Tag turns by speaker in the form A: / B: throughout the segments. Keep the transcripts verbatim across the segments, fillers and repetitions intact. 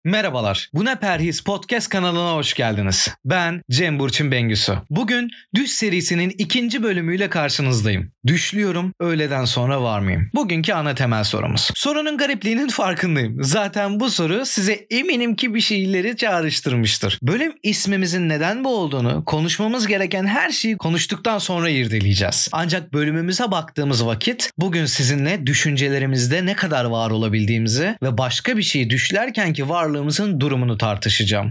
A: Merhabalar, Bu Ne Perhis Podcast kanalına hoş geldiniz. Ben Cem Burçin Bengüsü. Bugün Düş serisinin ikinci bölümüyle karşınızdayım. Düşlüyorum, öğleden sonra var mıyım? Bugünkü ana temel sorumuz. Sorunun garipliğinin farkındayım. Zaten bu soru size eminim ki bir şeyleri çağrıştırmıştır. Bölüm ismimizin neden bu olduğunu, konuşmamız gereken her şeyi konuştuktan sonra irdeleyeceğiz. Ancak bölümümüze baktığımız vakit bugün sizinle düşüncelerimizde ne kadar var olabildiğimizi ve başka bir şeyi düşlerkenki varlığımızın durumunu tartışacağım.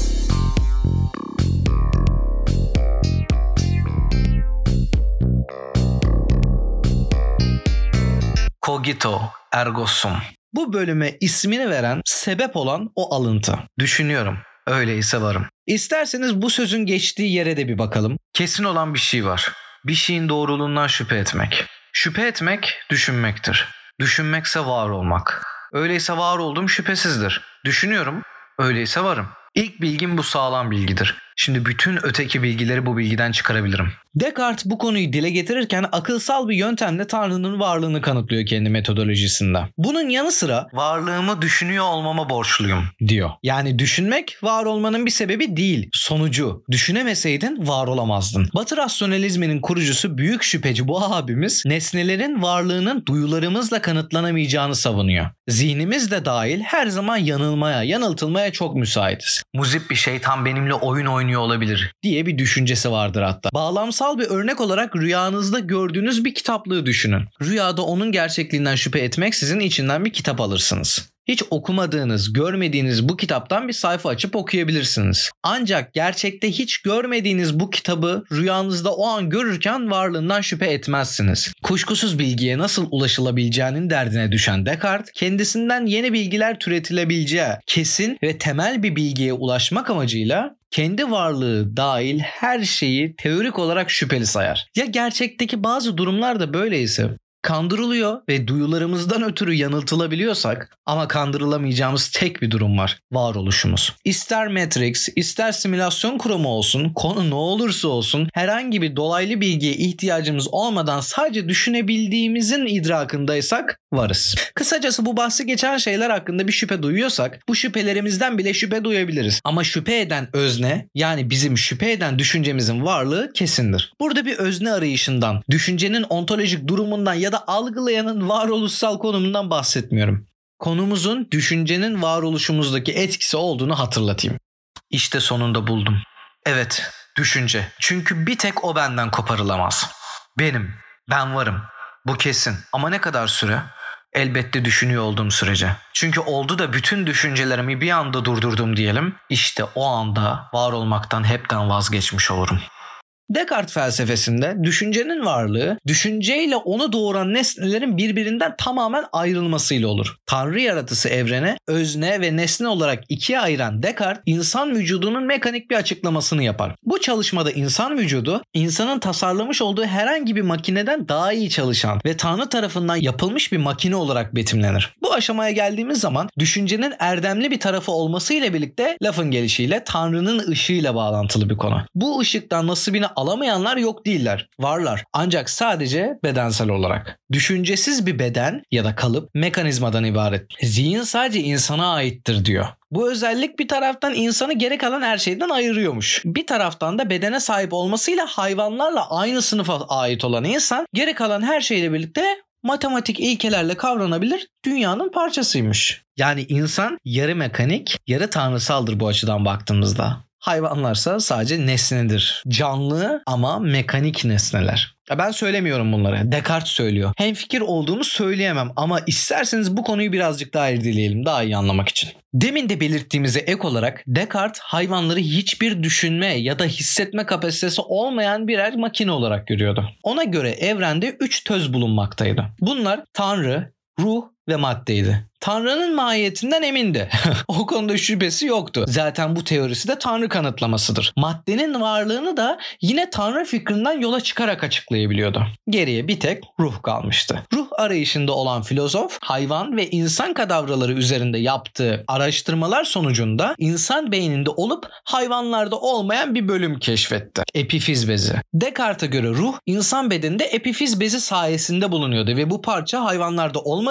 A: Cogito ergo sum. Bu bölüme ismini veren, sebep olan o alıntı. Düşünüyorum, öyleyse varım. İsterseniz bu sözün geçtiği yere de bir bakalım. Kesin olan bir şey var. Bir şeyin doğruluğundan şüphe etmek. Şüphe etmek düşünmektir. Düşünmekse var olmak. Öyleyse var olduğum şüphesizdir. Düşünüyorum, öyleyse varım. İlk bilgim bu sağlam bilgidir. Şimdi bütün öteki bilgileri bu bilgiden çıkarabilirim. Descartes bu konuyu dile getirirken akılsal bir yöntemle Tanrı'nın varlığını kanıtlıyor kendi metodolojisinde. Bunun yanı sıra varlığımı düşünüyor olmama borçluyum diyor. Yani düşünmek var olmanın bir sebebi değil, sonucu. Düşünemeseydin var olamazdın. Batı rasyonalizminin kurucusu büyük şüpheci bu abimiz nesnelerin varlığının duyularımızla kanıtlanamayacağını savunuyor. Zihnimiz de dahil her zaman yanılmaya, yanıltılmaya çok müsaitiz. Muzip bir şeytan benimle oyun oynuyor olabilir diye bir düşüncesi vardır hatta. Bağlamsal bir örnek olarak rüyanızda gördüğünüz bir kitaplığı düşünün. Rüyada onun gerçekliğinden şüphe etmeksizin içinden bir kitap alırsınız. Hiç okumadığınız, görmediğiniz bu kitaptan bir sayfa açıp okuyabilirsiniz. Ancak gerçekte hiç görmediğiniz bu kitabı rüyanızda o an görürken varlığından şüphe etmezsiniz. Kuşkusuz bilgiye nasıl ulaşılabileceğinin derdine düşen Descartes, kendisinden yeni bilgiler türetilebileceği kesin ve temel bir bilgiye ulaşmak amacıyla kendi varlığı dahil her şeyi teorik olarak şüpheli sayar. Ya gerçekteki bazı durumlar da böyleyse? Kandırılıyor ve duyularımızdan ötürü yanıltılabiliyorsak ama kandırılamayacağımız tek bir durum var. Varoluşumuz. İster Matrix, ister simülasyon kuramı olsun, konu ne olursa olsun herhangi bir dolaylı bilgiye ihtiyacımız olmadan sadece düşünebildiğimizin idrakındaysak varız. Kısacası bu bahsi geçen şeyler hakkında bir şüphe duyuyorsak bu şüphelerimizden bile şüphe duyabiliriz. Ama şüphe eden özne, yani bizim şüphe eden düşüncemizin varlığı kesindir. Burada bir özne arayışından, düşüncenin ontolojik durumundan ya da algılayanın varoluşsal konumundan bahsetmiyorum. Konumuzun düşüncenin varoluşumuzdaki etkisi olduğunu hatırlatayım. İşte sonunda buldum. Evet, düşünce. Çünkü bir tek o benden koparılamaz. Benim, ben varım. Bu kesin. Ama ne kadar süre? Elbette düşünüyor olduğum sürece. Çünkü oldu da bütün düşüncelerimi bir anda durdurdum diyelim. İşte o anda var olmaktan hepten vazgeçmiş olurum. Descartes felsefesinde düşüncenin varlığı, düşünceyle onu doğuran nesnelerin birbirinden tamamen ayrılmasıyla olur. Tanrı yaratısı evrene, özne ve nesne olarak ikiye ayıran Descartes, insan vücudunun mekanik bir açıklamasını yapar. Bu çalışmada insan vücudu, insanın tasarlamış olduğu herhangi bir makineden daha iyi çalışan ve Tanrı tarafından yapılmış bir makine olarak betimlenir. Bu aşamaya geldiğimiz zaman düşüncenin erdemli bir tarafı olmasıyla birlikte lafın gelişiyle Tanrı'nın ışığıyla bağlantılı bir konu. Bu ışıktan nasibini alamayanlar yok değiller. Varlar. Ancak sadece bedensel olarak. Düşüncesiz bir beden ya da kalıp mekanizmadan ibaret. Zihin sadece insana aittir diyor. Bu özellik bir taraftan insanı geri kalan her şeyden ayırıyormuş. Bir taraftan da bedene sahip olmasıyla hayvanlarla aynı sınıfa ait olan insan geri kalan her şeyle birlikte matematik ilkelerle kavranabilir dünyanın parçasıymış. Yani insan yarı mekanik, yarı tanrısaldır bu açıdan baktığımızda. Hayvanlarsa sadece nesnedir. Canlı ama mekanik nesneler. Ya ben söylemiyorum bunları. Descartes söylüyor. Hemfikir olduğumu söyleyemem ama isterseniz bu konuyu birazcık daha irdeleyelim daha iyi anlamak için. Demin de belirttiğimize ek olarak Descartes hayvanları hiçbir düşünme ya da hissetme kapasitesi olmayan birer makine olarak görüyordu. Ona göre evrende üç töz bulunmaktaydı. Bunlar Tanrı, ruh ve maddeydi. Tanrı'nın mahiyetinden emindi. O konuda şüphesi yoktu. Zaten bu teorisi de Tanrı kanıtlamasıdır. Maddenin varlığını da yine Tanrı fikrinden yola çıkarak açıklayabiliyordu. Geriye bir tek ruh kalmıştı. Ruh arayışında olan filozof, hayvan ve insan kadavraları üzerinde yaptığı araştırmalar sonucunda insan beyninde olup hayvanlarda olmayan bir bölüm keşfetti. Epifiz bezi. Descartes'e göre ruh, insan bedeninde epifiz bezi sayesinde bulunuyordu ve bu parça hayvanlarda olmadığı için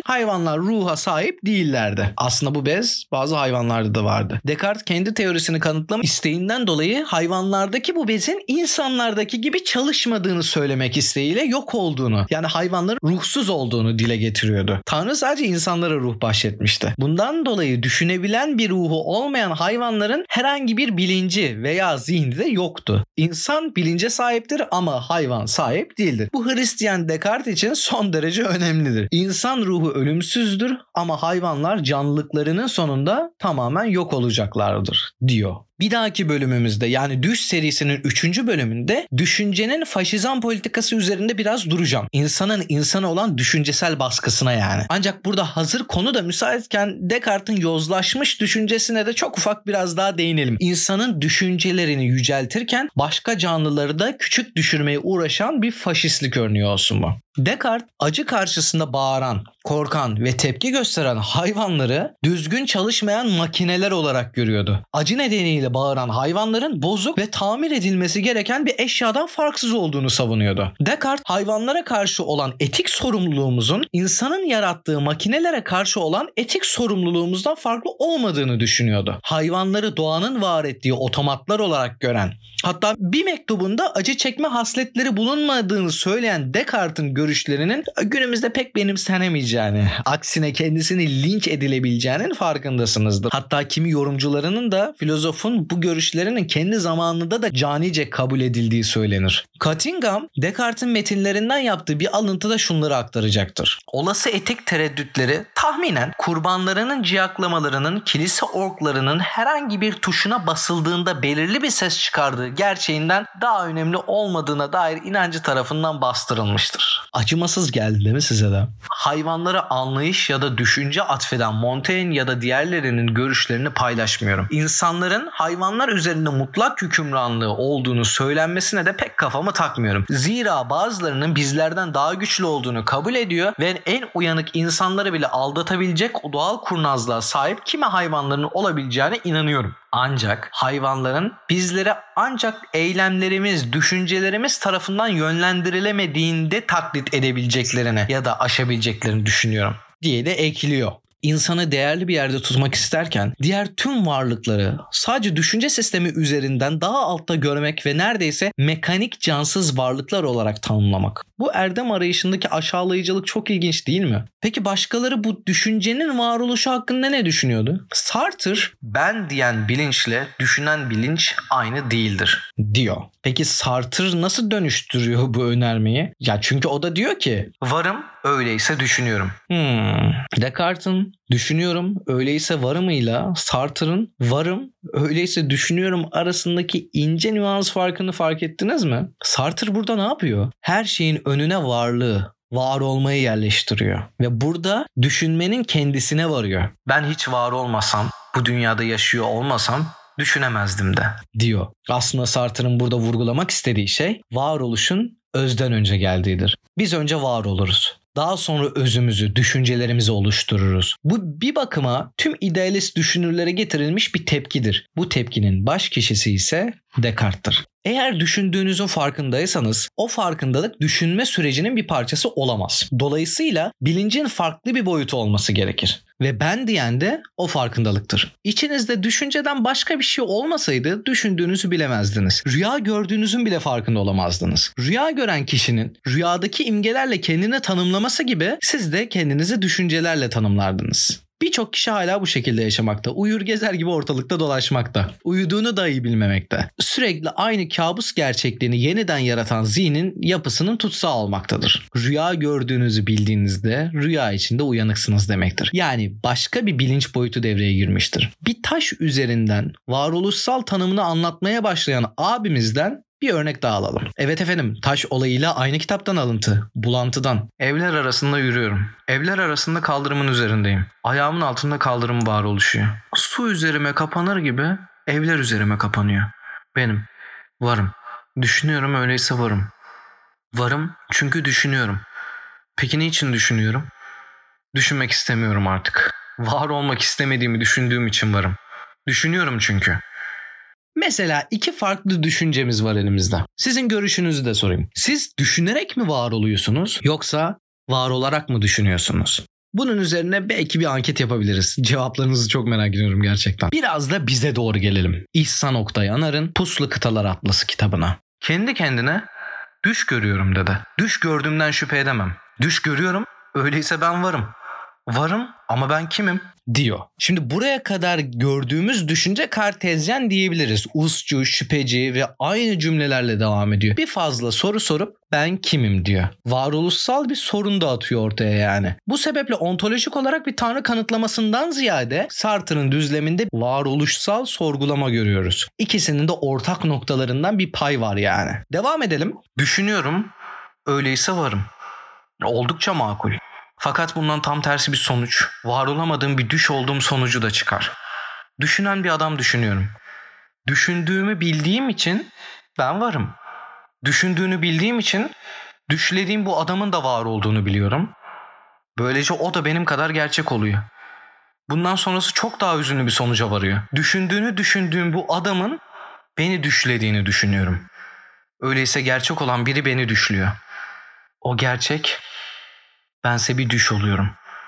A: hayvanlar ruha sahip değillerdi. Aslında bu bez bazı hayvanlarda da vardı. Descartes kendi teorisini kanıtlamak isteğinden dolayı hayvanlardaki bu bezin insanlardaki gibi çalışmadığını söylemek isteğiyle yok olduğunu, yani hayvanların ruhsuz olduğunu dile getiriyordu. Tanrı sadece insanlara ruh bahşetmişti. Bundan dolayı düşünebilen bir ruhu olmayan hayvanların herhangi bir bilinci veya zihni de yoktu. İnsan bilince sahiptir ama hayvan sahip değildir. Bu Hristiyan Descartes için son derece önemlidir. İnsan ruhu ölümsüzdür ama hayvanlar canlılıklarının sonunda tamamen yok olacaklardır diyor. Bir dahaki bölümümüzde, yani Düş serisinin üçüncü bölümünde düşüncenin faşizan politikası üzerinde biraz duracağım. İnsanın insana olan düşüncesel baskısına yani. Ancak burada hazır konu da müsaitken Descartes'in yozlaşmış düşüncesine de çok ufak biraz daha değinelim. İnsanın düşüncelerini yüceltirken başka canlıları da küçük düşürmeye uğraşan bir faşistlik örneği olsun bu. Descartes acı karşısında bağıran, korkan ve tepki gösteren hayvanları düzgün çalışmayan makineler olarak görüyordu. Acı nedeniyle bağıran hayvanların bozuk ve tamir edilmesi gereken bir eşyadan farksız olduğunu savunuyordu. Descartes hayvanlara karşı olan etik sorumluluğumuzun insanın yarattığı makinelere karşı olan etik sorumluluğumuzdan farklı olmadığını düşünüyordu. Hayvanları doğanın var ettiği otomatlar olarak gören, hatta bir mektubunda acı çekme hasletleri bulunmadığını söyleyen Descartes'in görüşlerinin günümüzde pek benimsenemeyeceğini, aksine kendisini linç edilebileceğinin farkındasınızdır. Hatta kimi yorumcularının da filozofun bu görüşlerinin kendi zamanında da canice kabul edildiği söylenir. Cunningham, Descartes'in metinlerinden yaptığı bir alıntıda şunları aktaracaktır. Olası etik tereddütleri tahminen kurbanlarının ciyaklamalarının kilise orklarının herhangi bir tuşuna basıldığında belirli bir ses çıkardığı gerçeğinden daha önemli olmadığına dair inancı tarafından bastırılmıştır. Acımasız geldi değil mi size de? Hayvanlara anlayış ya da düşünce atfeden Montaigne ya da diğerlerinin görüşlerini paylaşmıyorum. İnsanların hayvanlar üzerinde mutlak hükümranlığı olduğunu söylenmesine de pek kafamı takmıyorum. Zira bazılarının bizlerden daha güçlü olduğunu kabul ediyor ve en uyanık insanları bile aldatabilecek o doğal kurnazlığa sahip kimi hayvanların olabileceğine inanıyorum. Ancak hayvanların bizlere ancak eylemlerimiz, düşüncelerimiz tarafından yönlendirilemediğinde taklit edebileceklerini ya da aşabileceklerini düşünüyorum diye de ekliyor. İnsanı değerli bir yerde tutmak isterken diğer tüm varlıkları sadece düşünce sistemi üzerinden daha altta görmek ve neredeyse mekanik cansız varlıklar olarak tanımlamak. Bu erdem arayışındaki aşağılayıcılık çok ilginç değil mi? Peki başkaları bu düşüncenin varoluşu hakkında ne düşünüyordu? Sartre, ben diyen bilinçle düşünen bilinç aynı değildir diyor. Peki Sartre nasıl dönüştürüyor bu önermeyi? Ya çünkü o da diyor ki varım, öyleyse düşünüyorum. Hmm. Descartes'in düşünüyorum öyleyse varımıyla Sartre'ın varım öyleyse düşünüyorum arasındaki ince nüans farkını fark ettiniz mi? Sartre burada ne yapıyor? Her şeyin önüne varlığı, var olmayı yerleştiriyor. Ve burada düşünmenin kendisine varıyor. Ben hiç var olmasam, bu dünyada yaşıyor olmasam düşünemezdim de diyor. Aslında Sartre'ın burada vurgulamak istediği şey varoluşun özden önce geldiğidir. Biz önce var oluruz. Daha sonra özümüzü, düşüncelerimizi oluştururuz. Bu bir bakıma tüm idealist düşünürlere getirilmiş bir tepkidir. Bu tepkinin baş kişisi ise Descartes'tir. Eğer düşündüğünüzün farkındaysanız o farkındalık düşünme sürecinin bir parçası olamaz. Dolayısıyla bilincin farklı bir boyutu olması gerekir. Ve ben diyen de o farkındalıktır. İçinizde düşünceden başka bir şey olmasaydı düşündüğünüzü bilemezdiniz. Rüya gördüğünüzün bile farkında olamazdınız. Rüya gören kişinin rüyadaki imgelerle kendini tanımlaması gibi siz de kendinizi düşüncelerle tanımlardınız. Birçok kişi hala bu şekilde yaşamakta. Uyur gezer gibi ortalıkta dolaşmakta. Uyuduğunu dahi bilmemekte. Sürekli aynı kabus gerçekliğini yeniden yaratan zihnin yapısının tutsağı olmaktadır. Rüya gördüğünüzü bildiğinizde rüya içinde uyanıksınız demektir. Yani başka bir bilinç boyutu devreye girmiştir. Bir taş üzerinden varoluşsal tanımını anlatmaya başlayan abimizden bir örnek daha alalım. Evet efendim, taş olayıyla aynı kitaptan alıntı. Bulantıdan. Evler arasında yürüyorum. Evler arasında kaldırımın üzerindeyim. Ayağımın altında kaldırım var oluşuyor. Su üzerime kapanır gibi evler üzerime kapanıyor. Benim. Varım. Düşünüyorum, öyleyse varım. Varım çünkü düşünüyorum. Peki niçin düşünüyorum? Düşünmek istemiyorum artık. Var olmak istemediğimi düşündüğüm için varım. Düşünüyorum çünkü. Mesela iki farklı düşüncemiz var elimizde. Sizin görüşünüzü de sorayım. Siz düşünerek mi var oluyorsunuz yoksa var olarak mı düşünüyorsunuz? Bunun üzerine belki bir anket yapabiliriz. Cevaplarınızı çok merak ediyorum gerçekten. Biraz da bize doğru gelelim. İhsan Oktay Anar'ın Puslu Kıtalar Atlası kitabına. Kendi kendine düş görüyorum dedi. Düş gördüğümden şüphe edemem. Düş görüyorum, öyleyse ben varım. Varım ama ben kimim? Diyor. Şimdi buraya kadar gördüğümüz düşünce kartezyen diyebiliriz. Usçu, şüpheci ve aynı cümlelerle devam ediyor. Bir fazla soru sorup ben kimim diyor. Varoluşsal bir sorun da atıyor ortaya yani. Bu sebeple ontolojik olarak bir tanrı kanıtlamasından ziyade Sartre'ın düzleminde varoluşsal sorgulama görüyoruz. İkisinin de ortak noktalarından bir pay var yani. Devam edelim. Düşünüyorum, öyleyse varım. Oldukça makul. Fakat bundan tam tersi bir sonuç, var olamadığım bir düş olduğum sonucu da çıkar. Düşünen bir adam düşünüyorum. Düşündüğümü bildiğim için ben varım. Düşündüğünü bildiğim için düşlediğim bu adamın da var olduğunu biliyorum. Böylece o da benim kadar gerçek oluyor. Bundan sonrası çok daha üzünlü bir sonuca varıyor. Düşündüğünü düşündüğüm bu adamın beni düşlediğini düşünüyorum. Öyleyse gerçek olan biri beni düşlüyor. O gerçek... Bense bir düş oluyorum.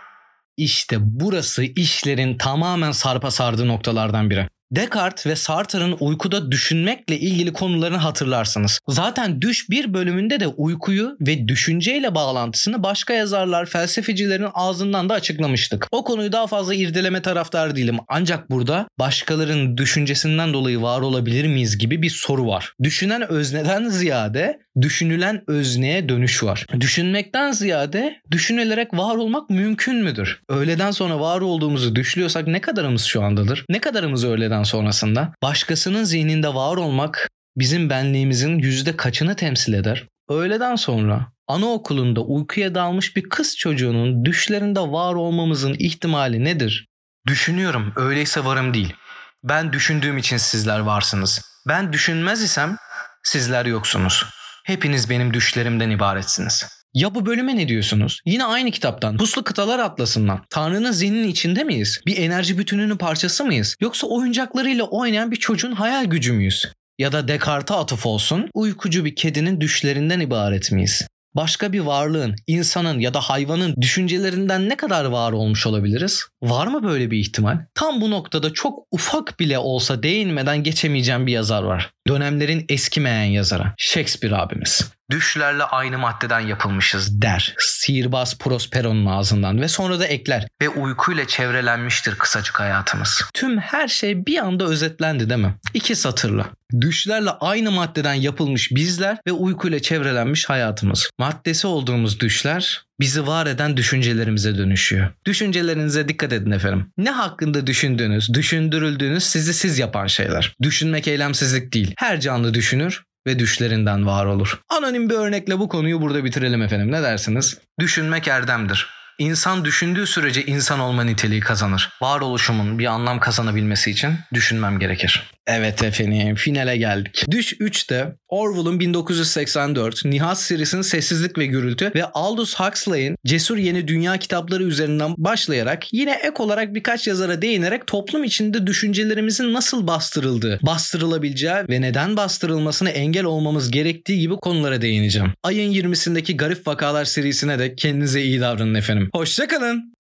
A: İşte burası işlerin tamamen sarpa sardığı noktalardan biri. Descartes ve Sartre'ın uykuda düşünmekle ilgili konularını hatırlarsınız. Zaten Düş bir bölümünde de uykuyu ve düşünceyle bağlantısını başka yazarlar, felsefecilerin ağzından da açıklamıştık. O konuyu daha fazla irdeleme taraftarı değilim. Ancak burada başkalarının düşüncesinden dolayı var olabilir miyiz gibi bir soru var. Düşünen özneden ziyade düşünülen özneye dönüş var. Düşünmekten ziyade düşünülerek var olmak mümkün müdür? Öğleden sonra var olduğumuzu düşlüyorsak ne kadarımız şu andadır? Ne kadarımız öğleden sonrasında? Başkasının zihninde var olmak bizim benliğimizin yüzde kaçını temsil eder? Öğleden sonra anaokulunda uykuya dalmış bir kız çocuğunun düşlerinde var olmamızın ihtimali nedir? Düşünüyorum, öyleyse varım değil. Ben düşündüğüm için sizler varsınız. Ben düşünmez isem sizler yoksunuz. Hepiniz benim düşlerimden ibaretsiniz. Ya bu bölüme ne diyorsunuz? Yine aynı kitaptan, Puslu Kıtalar Atlası'ndan. Tanrı'nın zihninin içinde miyiz? Bir enerji bütününün parçası mıyız? Yoksa oyuncaklarıyla oynayan bir çocuğun hayal gücü müyüz? Ya da Descartes'e atıf olsun, uykucu bir kedinin düşlerinden ibaret miyiz? Başka bir varlığın, insanın ya da hayvanın düşüncelerinden ne kadar var olmuş olabiliriz? Var mı böyle bir ihtimal? Tam bu noktada çok ufak bile olsa değinmeden geçemeyeceğim bir yazar var. Dönemlerin eskimeyen yazarı, Shakespeare abimiz. Düşlerle aynı maddeden yapılmışız der sihirbaz Prospero'nun ağzından ve sonra da ekler. Ve uykuyla çevrelenmiştir kısacık hayatımız. Tüm her şey bir anda özetlendi değil mi? İki satırla. Düşlerle aynı maddeden yapılmış bizler ve uykuyla çevrelenmiş hayatımız. Maddesi olduğumuz düşler bizi var eden düşüncelerimize dönüşüyor. Düşüncelerinize dikkat edin efendim. Ne hakkında düşündüğünüz, düşündürüldüğünüz sizi siz yapan şeyler. Düşünmek eylemsizlik değil. Her canlı düşünür ve düşlerinden var olur. Anonim bir örnekle bu konuyu burada bitirelim efendim. Ne dersiniz? Düşünmek erdemdir. İnsan düşündüğü sürece insan olma niteliği kazanır. Varoluşumun bir anlam kazanabilmesi için düşünmem gerekir. Evet efendim, finale geldik. Düş üçte Orwell'ın bin dokuz yüz seksen dört, Nihat serisinin Sessizlik ve Gürültü ve Aldous Huxley'in Cesur Yeni Dünya kitapları üzerinden başlayarak yine ek olarak birkaç yazara değinerek toplum içinde düşüncelerimizin nasıl bastırıldığı, bastırılabileceği ve neden bastırılmasına engel olmamız gerektiği gibi konulara değineceğim. Ayın yirmisindeki Garip Vakalar serisine de kendinize iyi davranın efendim. Hoşça kalın.